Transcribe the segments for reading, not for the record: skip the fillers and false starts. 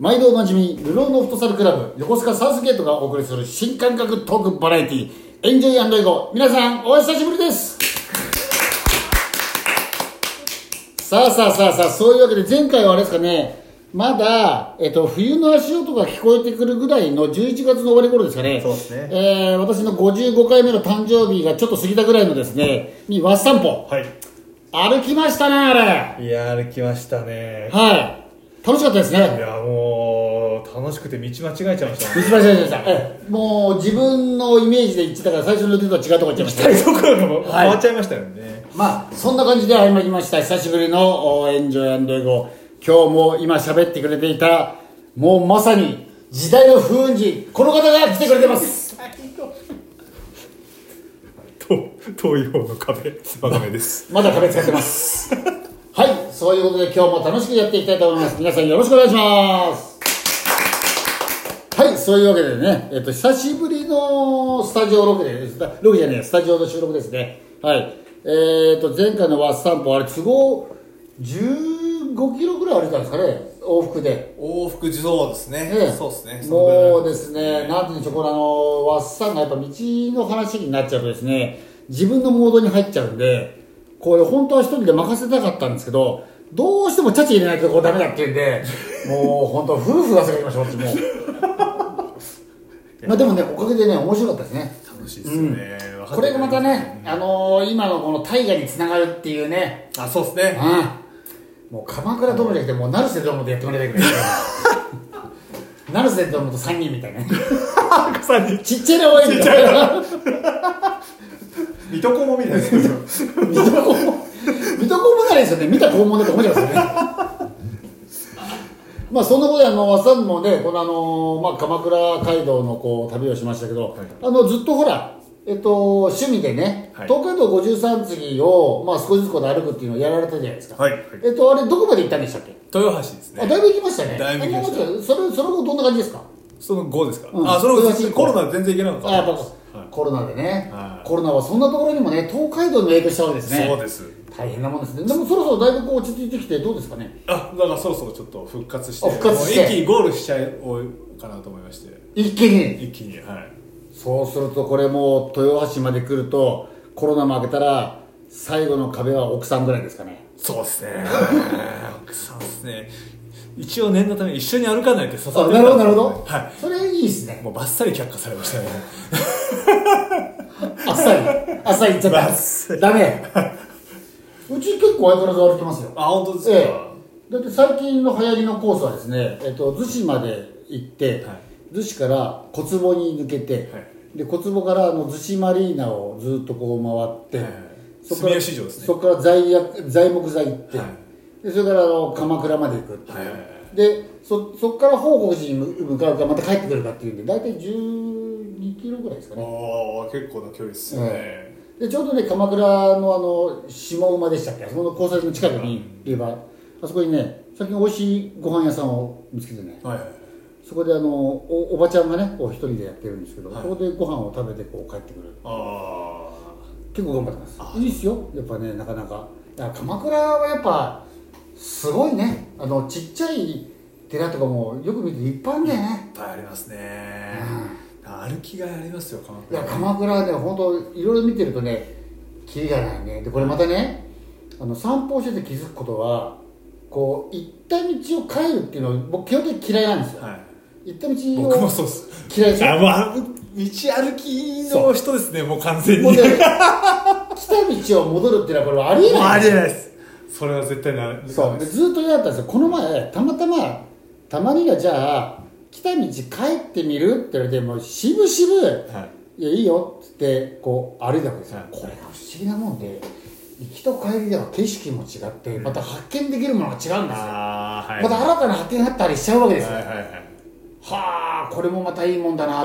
毎度おなじみルローのフットサルクラブ横須賀サウスゲートがお送りする新感覚トークバラエティエンジョイ&エゴ。皆さんお久しぶりです。さあそういうわけで前回はあれですかね、まだ、冬の足音が聞こえてくるぐらいの11月の終わり頃ですかね。 そうですね。 私の55回目の誕生日がちょっと過ぎたぐらいのですねにワッサンポ、 はい。 歩きましたね。あれ、 いや、歩きましたね。 はい、楽しかったですいね。 や、もう、楽しくて道間違えちゃいましたね。 道間違えました。もう自分のイメージで言ってたから最初の予定とは違うとこ行っちゃいました。 行きたいところがもう変わっちゃいましたよね。 まあそんな感じで始まりました久しぶりのエンジョイ&エゴ。今日も今喋ってくれていたもうまさに時代の風雲児、この方が来てくれてます。 遠い方の壁、わかめです。 まだ壁使ってますはい、そういうことで今日も楽しくやっていきたいと思います。皆さんよろしくお願いします。はい、そういうわけでね、久しぶりのスタジオロケで、スタジオの収録ですね。はい、前回のワッサンポ、あれ都合15キロぐらい歩いたんですかね、往復で。 往復そうですね。そうですね。 もうですね、なんていうんでしょう、このワッサンがやっぱ道の話になっちゃうとですね、自分のモードに入っちゃうんで、これ本当は一人で任せたかったんですけど、どうしてもチャチ入れないとこうダメだっていうんで、もう本当夫婦がせがりましょうってもうまあでもね、おかげでね、面白かったですね。 楽しいですよね。 これがまたね、今のこの大河につながるっていうね。 あ、そうですね。 もう鎌倉殿じゃなくて、もう成瀬殿でやってもらいたいけど成瀬殿と3人みたいな 3人ちっちゃいなおいみたいな水戸黄門みたいですよ。 水戸黄門ないですよね。見た黄門だと思っちゃいますよねまあそんなことでワッサンもね、この鎌倉街道のこう旅をしましたけど、はい、ずっとほら趣味でね、はい、東海道53次を、少しずつこう歩くっていうのをやられたじゃないですか。はい、あれどこまで行ったんでしたっけ？ 豊橋ですね。 だいぶ行きましたね。 だいぶ行きました。 その後どんな感じですか？ その後ですか？その後コロナ全然行けなかった。 やっぱコロナでね、コロナはそんなところにもね、東海道に影響したわけですね。 そうです。 大変なもんですね。でもそろそろだいぶこう落ち着いてきてどうですかね？ だからそろそろちょっと復活して、 一気にゴールしちゃおうかなと思いまして。 一気に、 はい。 そうするとこれもう豊橋まで来るとコロナも明けたら最後の壁は奥さんぐらいですかね。 そうですね奥さんですね。一応念のため一緒に歩かないって誘ってたんです。 なるほど、 はい、 それいいですね。 もうバッサリ却下されましたねあっさり言っちゃったダメうち結構相変わらず歩きますよ。 本当ですか？ だって最近の流行りのコースはですね、逗子まで行って、はい、逗子から小坪に抜けて、はい、で小坪から逗子マリーナをずっとこう回って、はい、そこから材木座行って、はい、でそれから鎌倉まで行くっていう、はい、でそこから報国寺に向かうかまた帰ってくるかっていうんで大体12キロぐらいですかね。 結構な距離ですよね。 でちょうどね鎌倉の下馬でしたっけ、そこの交差点の近くにいれば、あそこにね最近美味しいご飯屋さんを見つけてね、はい、そこでおばちゃんがねこう一人でやってるんですけど、はい、そこでご飯を食べてこう帰ってくる。結構頑張ってます。いいですよやっぱね、なかなか。鎌倉はやっぱすごいね。ちっちゃい寺とかもよく見ていっぱいあるんだよね。 いっぱいありますね。歩きがいありますよ鎌倉。 いや鎌倉はね本当いろいろ見てるとねキリがないね。でこれまたね散歩してて気づくことはこう行った道を帰るっていうのを僕基本的に嫌いなんですよ。はい、行った道を僕もそうです嫌いですよ。 道歩きの人ですね。もう完全にもう、ね、来た道を戻るっていうのはこれはありえない。 ありえないです。それは絶対なそうでずっと嫌だったんですよ。この前たまにはじゃあ来た道帰ってみるって言われてもしぶしぶ、はい、いいよっつってこう歩いたわけですよ。はい、これが不思議なもんで行きと帰りでは景色も違って、また発見できるものが違うんですよ。はい、また新たな発見があったりしちゃうわけですよ。はあ、これもまたいいもんだなと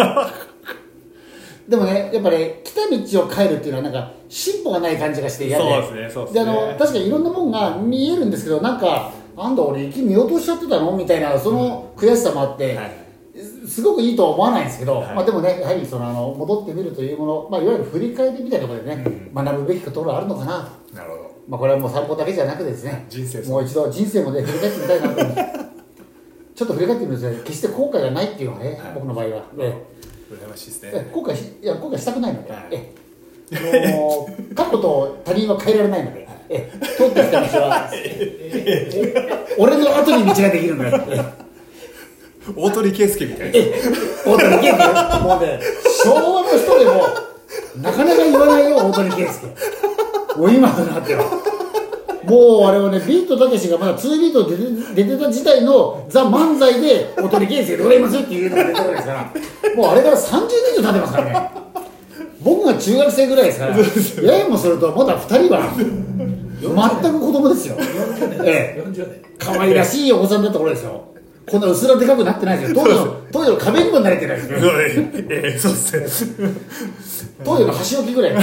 でもねやっぱね来た道を帰るっていうのはなんか進歩がない感じがして嫌で。 そうですね。 で確かにいろんなもんが見えるんですけど、なんかなんだ俺息見落としちゃってたのみたいなその悔しさもあって、はい、すごくいいとは思わないんですけど、はい、でもねやはり戻ってみるというもの、いわゆる振り返りみたいなところでね、学ぶべきところはあるのかな。 なるほど。 これはもう散歩だけじゃなくてですね、 人生もう一度人生もね振り返ってみたいなと思ってちょっと振り返ってみると決して後悔がないっていうのはね、僕の場合は、 羨ましいですね。 後悔したくないので、もう過去と他人は変えられないので、通ってきた道は俺の後に道ができるので、 大鳥圭介みたいな。 大鳥圭介、もうね、昭和の人でもなかなか言わないよ、大鳥圭介。もう今となっては。もうあれはね、ビートたけしがまだ2ビート出てた時代のザ・漫才で大鳥圭介でございますっていうのが出てるんですから、もうあれから30年以上経ってますからね。僕が中学生ぐらいですから、ややもするとまだ2人は全く子供ですよ。40年。可愛らしいお子さんだった頃ですよ。こんな薄らでかくなってないですよ。当時の壁にも慣れてないですよ。 そうですね。 当時の箸置きぐらい。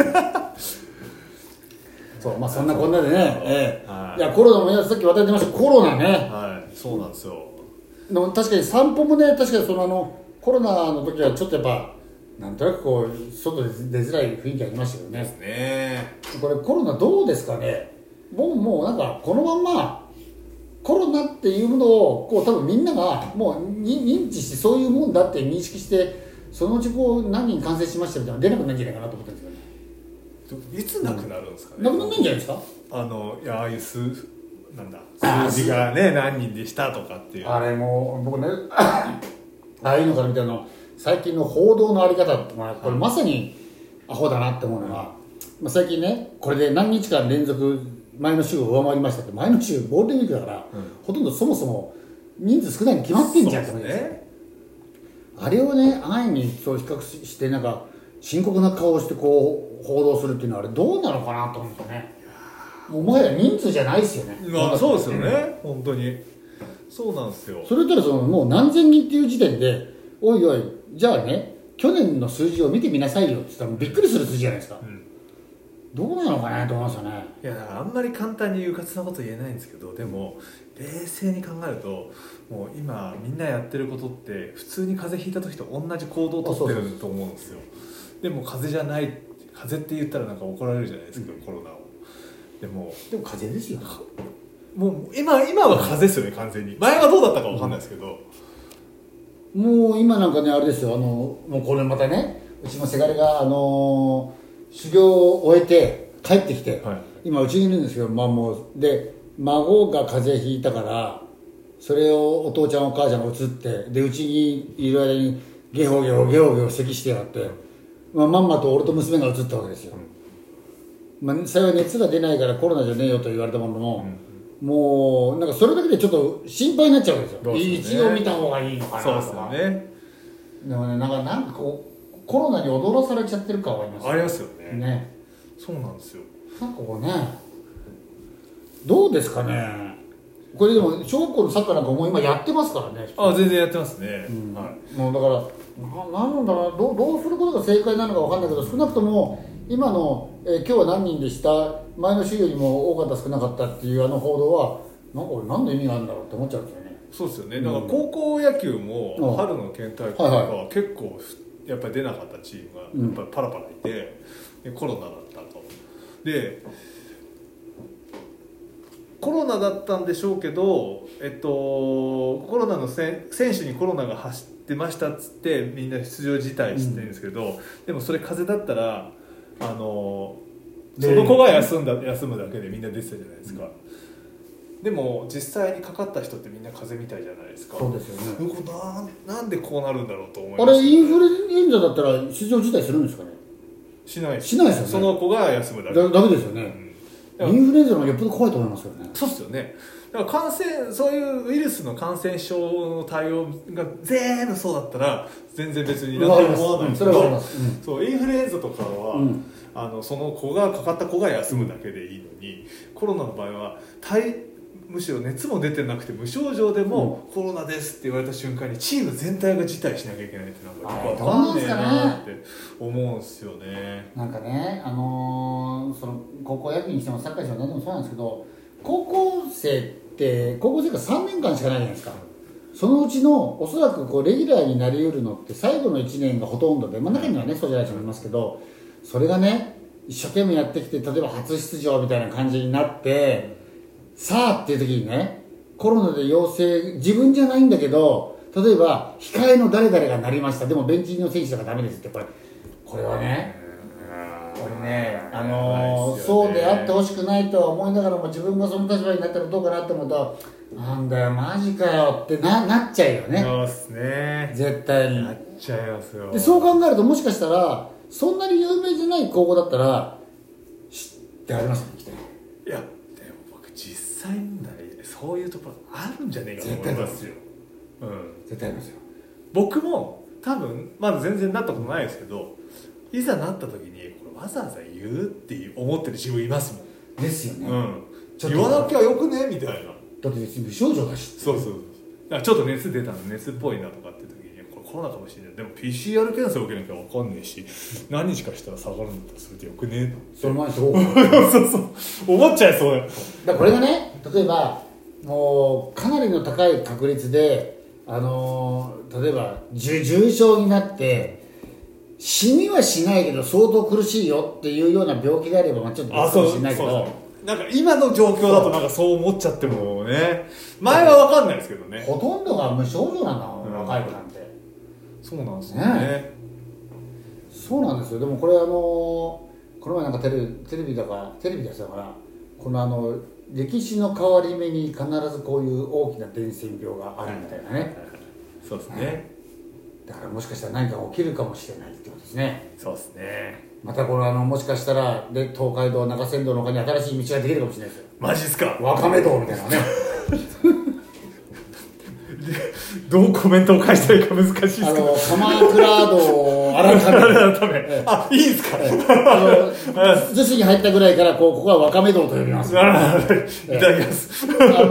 そう、まあそんなこんなでね、いやコロナもさっき渡ってましたコロナね。 はい、そうなんですよ。 でも確かに散歩もね、確かにコロナの時はちょっとやっぱなんとなくこう外で出づらい雰囲気ありましたよね。 ですね。 これコロナどうですかね。もうなんかこのまんまコロナっていうものをこう多分みんながもう認知してそういうもんだって認識して、そのうちこう何人感染しましたみたいなの出なくなるんじゃないかなと思ってるんですよね。 いつなくなるんですかね。 なくならないんじゃないですか。 いや、ああいう数字がね何人でしたとかっていう。 あれもう僕ねああいうのから見たの最近の報道のあり方ってこれまさにアホだなって思うのが、まあ、最近ねこれで何日間連続前の週を上回りましたって、前の週ゴールデンウィークだから、ほとんどそもそも人数少ないに決まってんじゃんって思うんですよ。あれをね安易にそう比較してなんか深刻な顔をしてこう報道するっていうのはあれどうなのかなと思うんですよね。もうもはや人数じゃないですよね。 まあそうですよね、本当にそうなんですよ。 それともう何千人っていう時点でおいおいじゃあね去年の数字を見てみなさいよって言ったらびっくりする数字じゃないですか、どうなのかなと思いますよね。 いやだからあんまり簡単にうかつなこと言えないんですけど、でも冷静に考えるともう今みんなやってることって普通に風邪ひいた時と同じ行動をとってると思うんですよ。でも風邪じゃない、風邪って言ったらなんか怒られるじゃないですか、コロナを。でも風邪ですよ。 もう今は風邪ですよね、完全に。前はどうだったかわかんないですけど、 もう今なんかねあれですよ、もうこれまたねうちのせがれが修行を終えて帰ってきて、今うちにいるんですけど、もうで孫が風邪ひいたからそれをお父ちゃんお母ちゃんが移ってでうちにいる間にゲホゲホ咳してやがって、まんまと俺と娘が移ったわけですよ、幸い熱が出ないからコロナじゃねえよと言われたものの、もうなんかそれだけでちょっと心配になっちゃうんですよ。一応見た方がいいのかなとか。そうですよね。でもねなんかこうコロナに踊らされちゃってる感はありますよね。 ありますよね。 ね。 そうなんですよ。 なんかこうねどうですかね。これでも小学校のサッカーなんかもう今やってますからね。 全然やってますね。 もうだからなんだろうどうすることが正解なのかわかんないけど、少なくとも今の、今日は何人でした前の週よりも多かった少なかったっていう報道は何の意味があるんだろうって思っちゃうんですよね。 そうですよね。だから高校野球も春の県大会とか結構やっぱり出なかったチームがやっぱりパラパラいて、でコロナだったと。でコロナだったんでしょうけど、コロナの選手にコロナが走ってましたっつってみんな出場辞退してるんですけど、でもそれ風邪だったらその子が休むだけでみんな出てたじゃないですか、でも実際にかかった人ってみんな風邪みたいじゃないですか。 そうですよね。 なんでこうなるんだろうと思います、 あれインフルエンザだったら出場辞退するんですかね。 しないですよね。 その子が休むだけだけですよね、インフルエンザの方がよっぽど怖いと思いますよね。 そうですよね。だからそういうウイルスの感染症の対応が全部そうだったら全然別に何とも思わないんですけど、そうインフルエンザとかは、その子がかかった子が休むだけでいいのに、コロナの場合はむしろ熱も出てなくて無症状でもコロナですって言われた瞬間にチーム全体が辞退しなきゃいけないってなんかよくわかんねえなって思うんですよね。 なんかね、その高校野球にしてもサッカーにしても何でもそうなんですけど、高校生が3年間しかないじゃないですか。そのうちのおそらくレギュラーになりうるのって最後の1年がほとんどで、中にはねそうじゃない人もいますけど、それがね一生懸命やってきて例えば初出場みたいな感じになってさあっていう時にねコロナで陽性、自分じゃないんだけど、例えば控えの誰々がなりました、でもベンチの選手がダメですって、これはね、そうであってほしくないとは思いながらも、自分がその立場になったらどうかなって思うと、なんだよマジかよってなっちゃうよね。 そうですね、 絶対になっちゃいますよ。 でそう考えると、もしかしたらそんなに有名じゃない高校だったら知ってありますね、きっと。 いやでも僕実際問題そういうところあるんじゃねえかと思いますよ。 絶対ありますよ。 僕も多分まだ全然なったことないですけど、いざなった時にこれわざわざ言うって思ってる自分いますもん。 ですよね、 言わなきゃよくねみたいな。 だって別に無症状だし。 そうちょっと熱出たの、熱っぽいなとかって時にこれコロナかもしれない、でも PCR 検査を受けなきゃ分かんねえし、何日かしたら下がるんだったらそれでよくねその前にそう思っちゃいそうだ。 からこれがね、例えばもうかなりの高い確率で例えば重症になって死にはしないけど相当苦しいよっていうような病気であれば、ちょっと別かもしれないけど、 なんか今の状況だとなんかそう思っちゃってもね、前は分かんないですけどね。 ほとんどが無症状なんだもん、若い子なんて。 そうなんですよね。 そうなんですよ。でもこれこの前なんかテレビですだから、この歴史の変わり目に必ずこういう大きな伝染病があるみたいなね。 そうですね。 だからもしかしたら何か起きるかもしれないってことですね。 そうですね。 またこれもしかしたらで東海道中山道の他に新しい道ができるかもしれないですよ。 マジっすか。 わかめ道みたいなね。 どうコメントを返したらいいか難しいですけど、 鎌倉道改めいいんですか。 女子に入ったぐらいからここはわかめ道と呼びます。いただきます。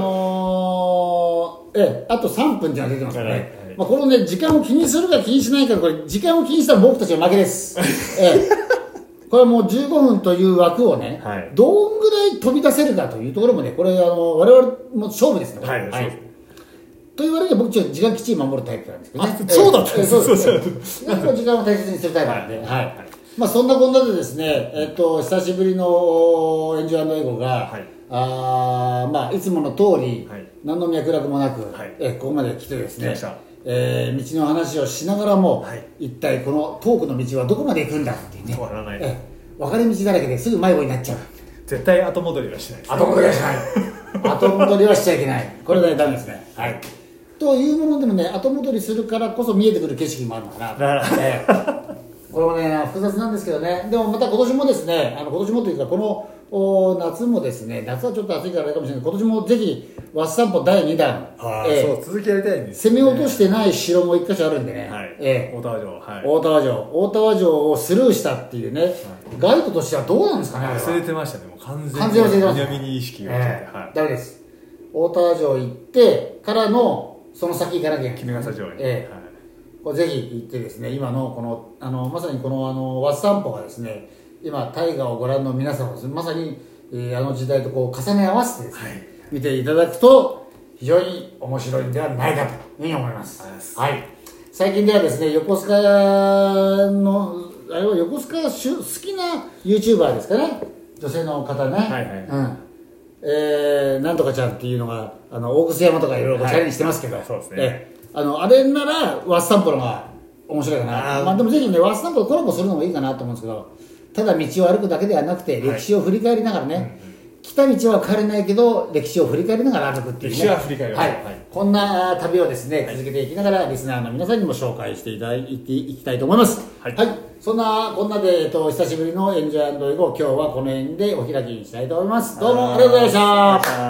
あと3分っていうのが出てますからね。このね、時間を気にするか気にしないか、これ時間を気にしたら僕たちは負けです。これはもう15分という枠をね、どんぐらい飛び出せるかというところもね、これ我々も勝負ですね。と言われれば僕ちょっと時間きっちり守るタイプなんですけどね。 そうだったんです。 時間を大切にするタイプなんで、そんなこんなでですね、久しぶりのエンジョイ&エゴが、いつもの通り、何の脈絡もなく、ここまで来てですね、道の話をしながらも、一体このトークの道はどこまで行くんだっていうね、分かれ道だらけですぐ迷子になっちゃう。 絶対後戻りはしないです。 後戻りはしない。後戻りはしちゃいけない。これがダメですね。というものでもね、後戻りするからこそ見えてくる景色もあるのかな。これもね、複雑なんですけどね。でもまた今年もですね、今年もというかこの夏もですね、夏はちょっと暑いからあれかもしれないけど、今年もぜひワッサンポ第2弾、 そう続きやりたいんです、 攻め落としてない城も1箇所あるんでね、 大田原城をスルーしたっていうね、ガイドとしてはどうなんですかね。 忘れてましたね、もう完全に忘れてました。 南に意識がいっちゃって、 ダメです。大田原城行ってからのその先行かなきゃいけない。 衣笠城に、 これぜひ行ってですね、今のこのまさにこのワッサンポがですね、今大河をご覧の皆様ですね、まさに、あの時代とこう重ね合わせてですね、見ていただくと非常に面白いんではないかというふうに思います。最近ではですね、横須賀のあれは横須賀好きな YouTuber ですかね、女性の方ね、なんとかちゃんっていうのが大楠山とかいろいろチャレンジしてますけど、 そうですね、 あれならワッサンポのが面白いかな。でもぜひね、ワッサンポとコラボするのもいいかなと思うんですけど、ただ道を歩くだけではなくて歴史を振り返りながらね、来た道は変われないけど歴史を振り返りながら歩くっていうね、 歴史は振り返ります、 こんな旅をですね続けていきながらリスナーの皆さんにも紹介していきたいと思います。そんなこんなで、久しぶりのエンジョイ&エゴ、今日はこの辺でお開きにしたいと思います。どうもありがとうございました。